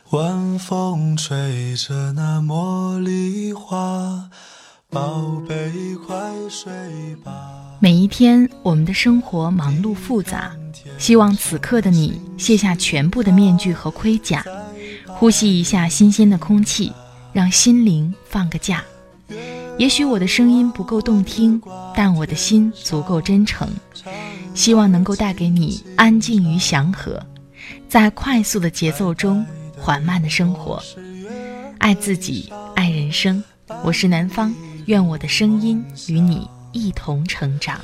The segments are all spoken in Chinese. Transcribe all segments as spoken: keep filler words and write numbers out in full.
晚风吹着那茉莉花，宝贝快睡吧。 每一天我们的生活忙碌复杂，希望此刻的你卸下全部的面具和盔甲，呼吸一下新鲜的空气，让心灵放个假。也许我的声音不够动听，但我的心足够真诚，希望能够带给你安静与祥和，在快速的节奏中缓慢的生活，爱自己，爱人生。我是南方，愿我的声音与你一同成长。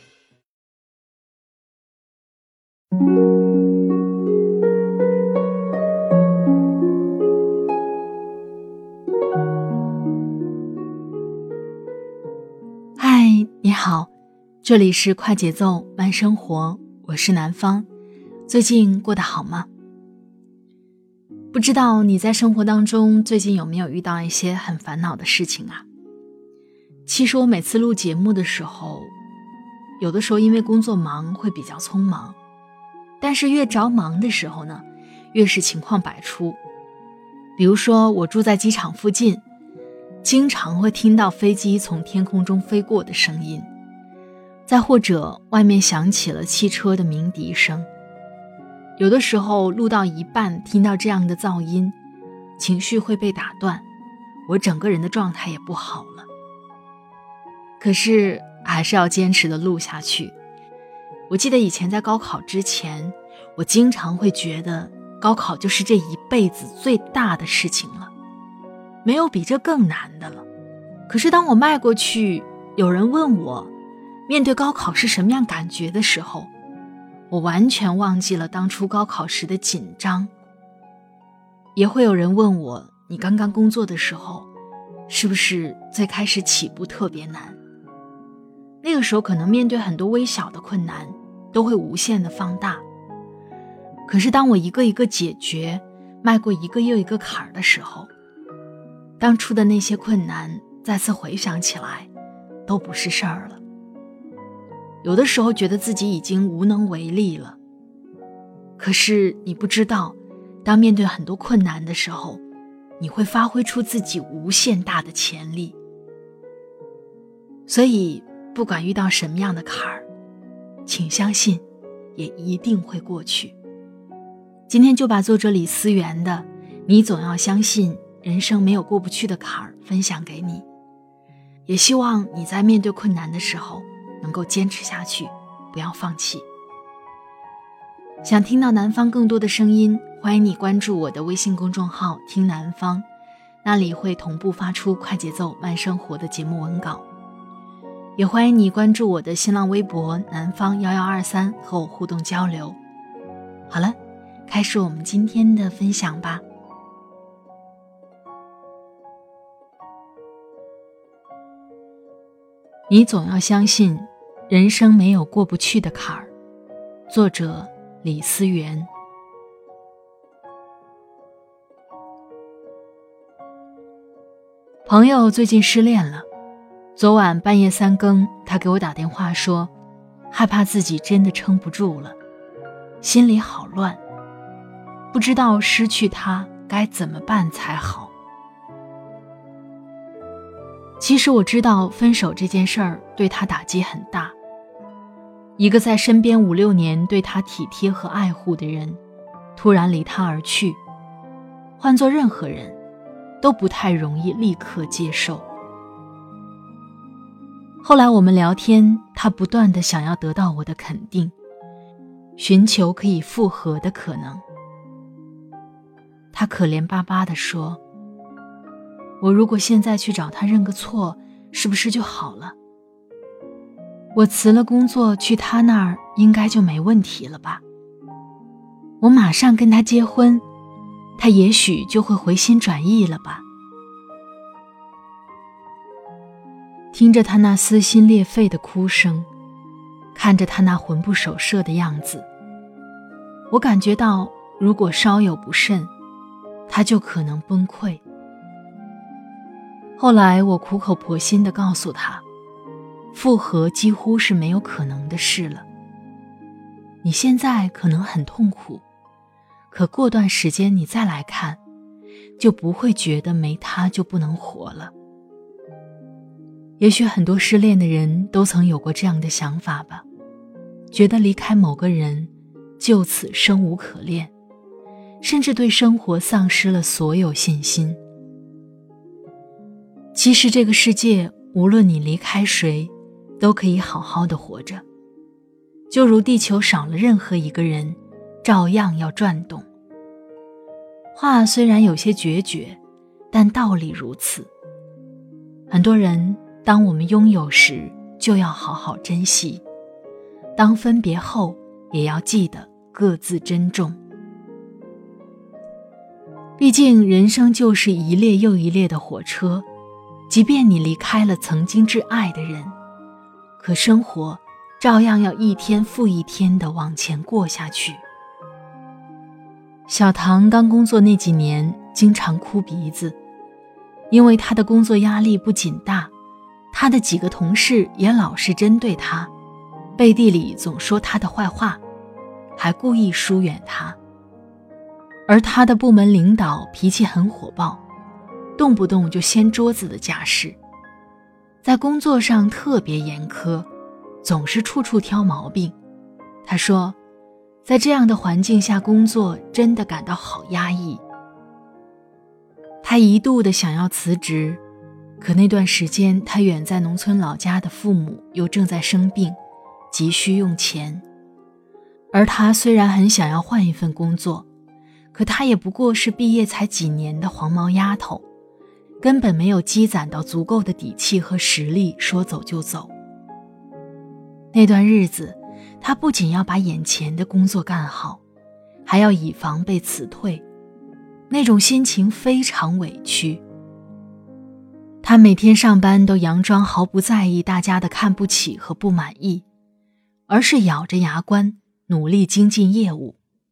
嗨，你好，这里是快节奏慢生活，我是南方。最近过得好吗？不知道你在生活当中最近有没有遇到一些很烦恼的事情啊？其实我每次录节目的时候，有的时候因为工作忙会比较匆忙，但是越着忙的时候呢，越是情况百出。比如说我住在机场附近，经常会听到飞机从天空中飞过的声音，再或者外面响起了汽车的鸣笛声。有的时候录到一半听到这样的噪音，情绪会被打断，我整个人的状态也不好了。可是还是要坚持的录下去。我记得以前在高考之前，我经常会觉得高考就是这一辈子最大的事情了，没有比这更难的了。可是当我迈过去，有人问我面对高考是什么样感觉的时候，我完全忘记了当初高考时的紧张。也会有人问我，你刚刚工作的时候是不是最开始起步特别难？那个时候可能面对很多微小的困难都会无限的放大，可是当我一个一个解决，迈过一个又一个坎儿的时候，当初的那些困难再次回想起来都不是事儿了。有的时候觉得自己已经无能为力了，可是你不知道，当面对很多困难的时候，你会发挥出自己无限大的潜力。所以不管遇到什么样的坎儿，请相信也一定会过去。今天就把作者李思源的你总要相信人生没有过不去的坎儿分享给你，也希望你在面对困难的时候能够坚持下去，不要放弃。想听到南方更多的声音，欢迎你关注我的微信公众号听南方，那里会同步发出快节奏慢生活的节目文稿。也欢迎你关注我的新浪微博南方一一二三，和我互动交流。好了，开始我们今天的分享吧。你总要相信人生没有过不去的坎儿。作者李思源。朋友最近失恋了，昨晚半夜三更，他给我打电话说，害怕自己真的撑不住了，心里好乱，不知道失去他该怎么办才好。其实我知道分手这件事儿对他打击很大，一个在身边五六年对他体贴和爱护的人，突然离他而去，换做任何人都不太容易立刻接受。后来我们聊天，他不断地想要得到我的肯定，寻求可以复合的可能。他可怜巴巴地说，我如果现在去找他认个错，是不是就好了？我辞了工作去他那儿，应该就没问题了吧？我马上跟他结婚，他也许就会回心转意了吧？听着他那撕心裂肺的哭声，看着他那魂不守舍的样子，我感觉到如果稍有不慎，他就可能崩溃。后来我苦口婆心地告诉他，复合几乎是没有可能的事了。你现在可能很痛苦，可过段时间你再来看， 就不会觉得没他就不能活了。也许很多失恋的人都曾有过这样的想法吧，觉得离开某个人，就此生无可恋，甚至对生活丧失了所有信心。其实这个世界，无论你离开谁，都可以好好的活着，就如地球少了任何一个人，照样要转动。话虽然有些决绝，但道理如此。很多人，当我们拥有时，就要好好珍惜；当分别后，也要记得各自珍重。毕竟人生就是一列又一列的火车，即便你离开了曾经挚爱的人，可生活照样要一天复一天地往前过下去。小唐刚工作那几年，经常哭鼻子，因为他的工作压力不仅大，他的几个同事也老是针对他，背地里总说他的坏话，还故意疏远他。而他的部门领导脾气很火爆，动不动就掀桌子的架势，在工作上特别严苛，总是处处挑毛病。他说，在这样的环境下工作，真的感到好压抑。他一度的想要辞职，可那段时间他远在农村老家的父母又正在生病，急需用钱。而他虽然很想要换一份工作，可他也不过是毕业才几年的黄毛丫头，根本没有积攒到足够的底气和实力说走就走。那段日子，他不仅要把眼前的工作干好，还要以防被辞退，那种心情非常委屈。他每天上班都佯装毫不在意大家的看不起和不满意，而是咬着牙关，努力精进业务。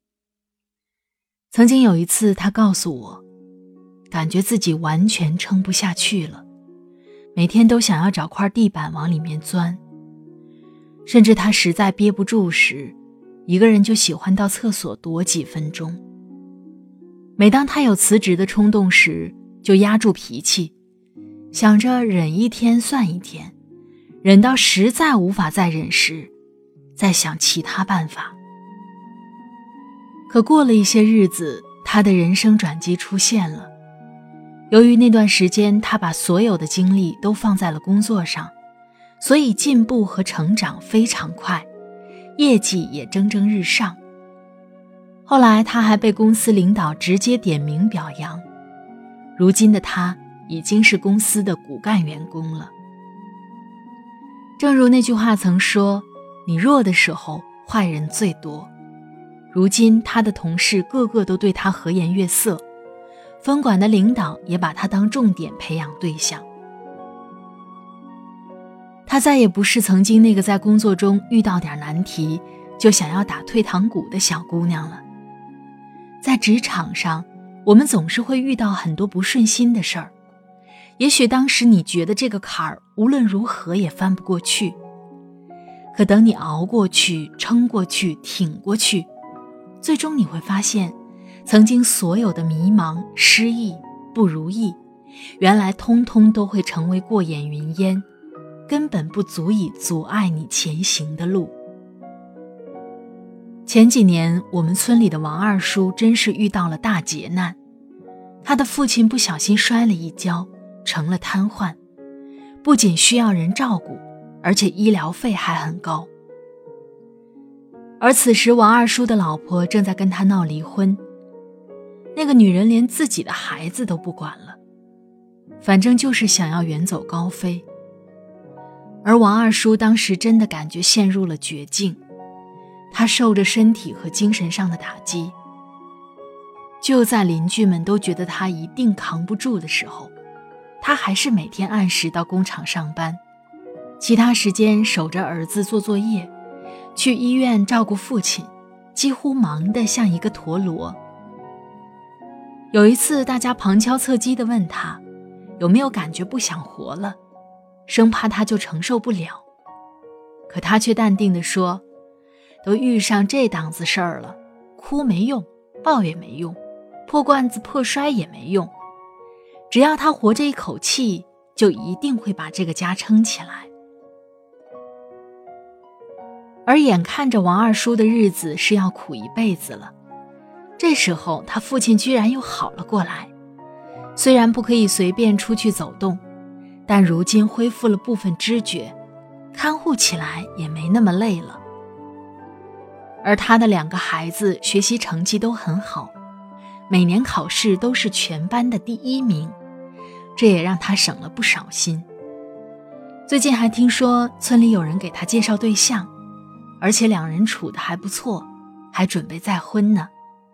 曾经有一次，他告诉我，感觉自己完全撑不下去了，每天都想要找块地板往里面钻。甚至他实在憋不住时，一个人就喜欢到厕所躲几分钟。每当他有辞职的冲动时，就压住脾气，想着忍一天算一天，忍到实在无法再忍时，再想其他办法。可过了一些日子，他的人生转机出现了。由于那段时间他把所有的精力都放在了工作上，所以进步和成长非常快，业绩也蒸蒸日上。后来他还被公司领导直接点名表扬，如今的他已经是公司的骨干员工了。正如那句话曾说，你弱的时候坏人最多。如今他的同事个个都对他和颜悦色，分管的领导也把他当重点培养对象。他再也不是曾经那个在工作中遇到点难题就想要打退堂鼓的小姑娘了。在职场上，我们总是会遇到很多不顺心的事儿，也许当时你觉得这个坎儿无论如何也翻不过去，可等你熬过去，撑过去，挺过去，最终你会发现，曾经所有的迷茫、失意、不如意，原来通通都会成为过眼云烟，根本不足以阻碍你前行的路。前几年，我们村里的王二叔真是遇到了大劫难，他的父亲不小心摔了一跤，成了瘫痪，不仅需要人照顾，而且医疗费还很高。而此时王二叔的老婆正在跟他闹离婚，那个女人连自己的孩子都不管了，反正就是想要远走高飞。而王二叔当时真的感觉陷入了绝境，他受着身体和精神上的打击。就在邻居们都觉得他一定扛不住的时候，他还是每天按时到工厂上班，其他时间守着儿子做作业，去医院照顾父亲，几乎忙得像一个陀螺。有一次，大家旁敲侧击地问他，有没有感觉不想活了，生怕他就承受不了。可他却淡定地说，都遇上这档子事儿了，哭没用，抱也没用， 破罐子破摔也没用，只要他活着一口气，就一定会把这个家撑起来。而眼看着王二叔的日子是要苦一辈子了，这时候他父亲居然又好了过来，虽然不可以随便出去走动，但如今恢复了部分知觉，看护起来也没那么累了。而他的两个孩子学习成绩都很好，每年考试都是全班的第一名，这也让他省了不少心。最近还听说村里有人给他介绍对象，而且两人处得还不错，还准备再婚呢。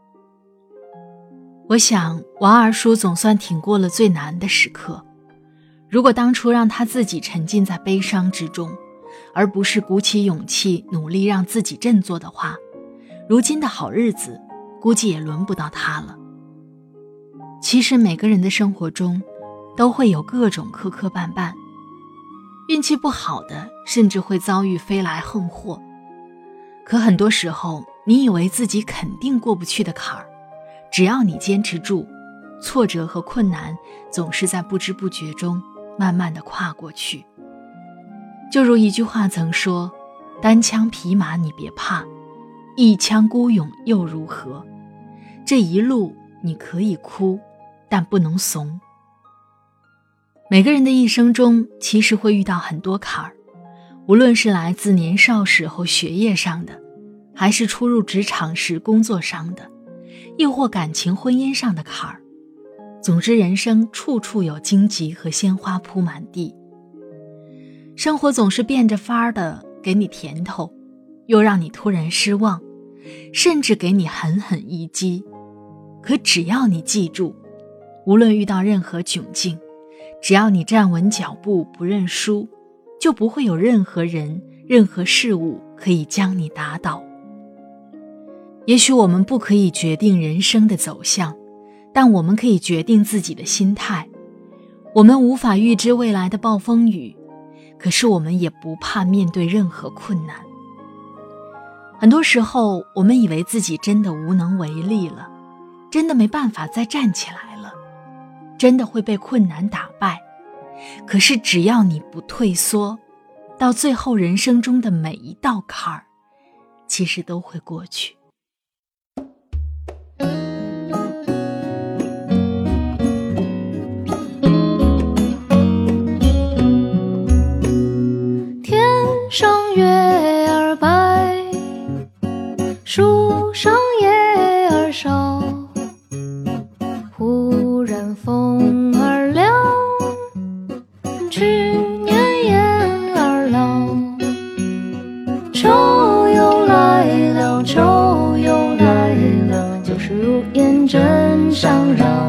我想王二叔总算挺过了最难的时刻，如果当初让他自己沉浸在悲伤之中，而不是鼓起勇气努力让自己振作的话，如今的好日子估计也轮不到他了。其实每个人的生活中都会有各种磕磕绊绊，运气不好的甚至会遭遇飞来横祸。可很多时候，你以为自己肯定过不去的坎儿，只要你坚持住，挫折和困难总是在不知不觉中慢慢地跨过去。就如一句话曾说，单枪匹马你别怕，一腔孤勇又如何？这一路你可以哭，但不能怂。每个人的一生中其实会遇到很多坎儿，无论是来自年少时候学业上的，还是初入职场时工作上的，亦或感情婚姻上的坎儿。总之人生处处有荆棘和鲜花铺满地，生活总是变着法儿的给你甜头，又让你突然失望，甚至给你狠狠一击。可只要你记住，无论遇到任何窘境，只要你站稳脚步不认输，就不会有任何人任何事物可以将你打倒。也许我们不可以决定人生的走向，但我们可以决定自己的心态。我们无法预知未来的暴风雨，可是我们也不怕面对任何困难。很多时候，我们以为自己真的无能为力了，真的没办法再站起来了，真的会被困难打败。可是只要你不退缩，到最后人生中的每一道坎儿，其实都会过去。 上月儿白，树上叶儿少，忽然风儿凉，去年燕儿老。秋又来了，秋又来了，就是如烟阵上绕。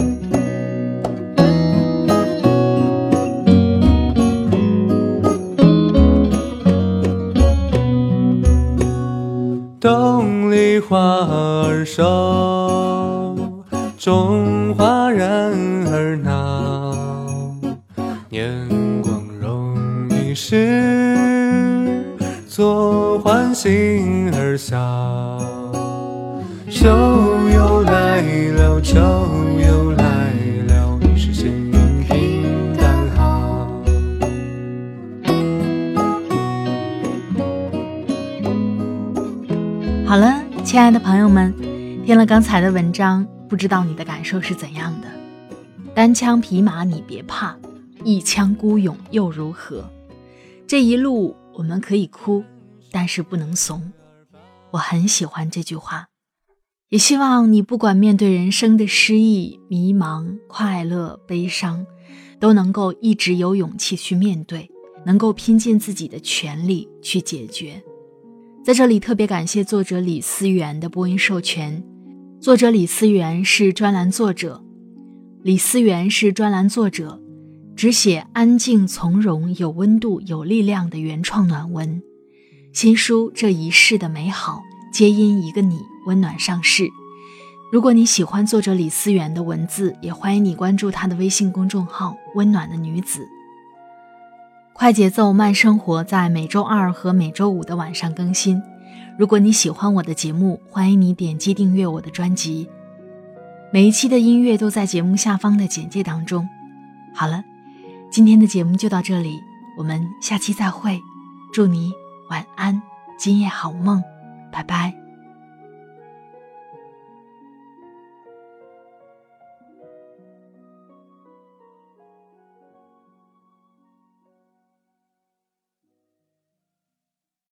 洞里花儿瘦，种花人儿闹。年光容易逝，做唤心儿笑。秋又来了，秋又来了，你是幸运平淡好。 好了，亲爱的朋友们，听了刚才的文章，不知道你的感受是怎样的？单枪匹马你别怕，一腔孤勇又如何？这一路我们可以哭，但是不能怂。我很喜欢这句话，也希望你不管面对人生的失意、迷茫、快乐、悲伤，都能够一直有勇气去面对，能够拼尽自己的全力去解决。在这里特别感谢作者李思源的播音授权。作者李思源是专栏作者，李思源是专栏作者，只写安静从容、有温度、有力量的原创暖文。新书《这一世的美好》皆因一个你温暖上市。如果你喜欢作者李思源的文字，也欢迎你关注他的微信公众号温暖的女子。快节奏慢生活在每周二和每周五的晚上更新。如果你喜欢我的节目，欢迎你点击订阅我的专辑。 每一期的音乐都在节目下方的简介当中。好了，今天的节目就到这里，我们下期再会，祝你晚安，今夜好梦，拜拜。